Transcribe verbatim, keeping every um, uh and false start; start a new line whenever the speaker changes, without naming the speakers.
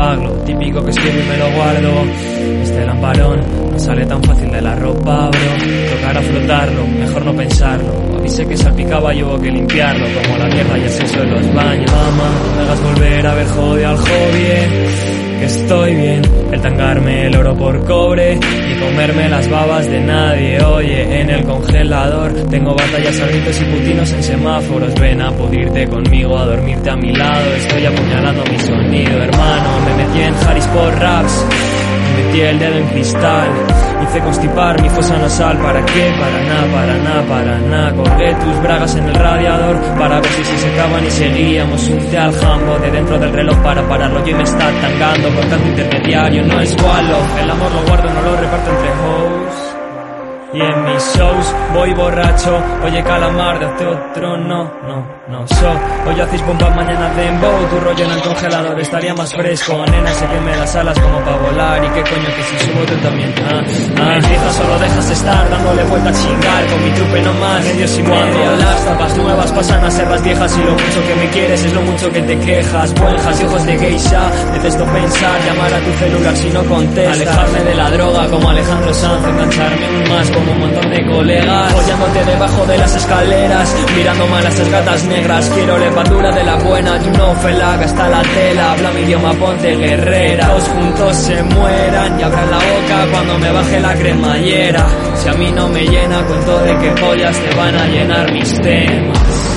apagarlo. Típico que escribo y me lo guardo. Este lamparón no sale tan fácil de la ropa, bro. Tocará frotarlo, mejor no pensarlo. Avisé que salpicaba y hubo que limpiarlo, como la mierda y el sexo en los baños. Mamá, no me hagas volver a ver jodido al hobby, que estoy bien. El tangarme el oro por cobre y comerme las babas de nadie. Oye, en el congelador tengo batallas, arritos y putinos en semáforos. Ven a pudrirte conmigo, a dormirte a mi lado. Estoy apuñalando mi sonido, hermano. Me metí en Harris por raps, metí el dedo en cristal, hice constipar mi fosa nasal. ¿Para qué? Para nada, para nada, para nada. Colgué tus bragas en el radiador para ver si se secaban y seguíamos. Unté al jambo de dentro del reloj para pararlo. Yo me está tangando por tanto intermediario. No es wallow, el amor lo guardo, no lo reparto entre hoes. Y en mis shows voy borracho. Oye calamar, date otro, no, no, no so. Hoy hacéis pompa, mañana dembow. Tu rollo en el congelador estaría más fresco. Nena, se queme las alas como pa' volar. Y qué coño que si subo tú también. Ah, ah, empieza, solo dejas estar dándole vuelta a chingar. Con mi trupe no más, medios y medio. Las tapas nuevas pasan a ser las viejas. Y lo mucho que me quieres es lo mucho que te quejas. Buenjas y ojos de geisha, detesto pensar. Llamar a tu celular si no contestas. Alejarme de la droga como Alejandro Sanz. Engancharme un más como un montón de colegas, follándote debajo de las escaleras, mirando mal a esas gatas negras. Quiero levadura de la buena, you know fela, gasta la tela, habla mi idioma, ponte guerrera. Todos juntos se mueran y abran la boca cuando me baje la cremallera. Si a mí no me llena, cuento de que pollas te van a llenar mis temas.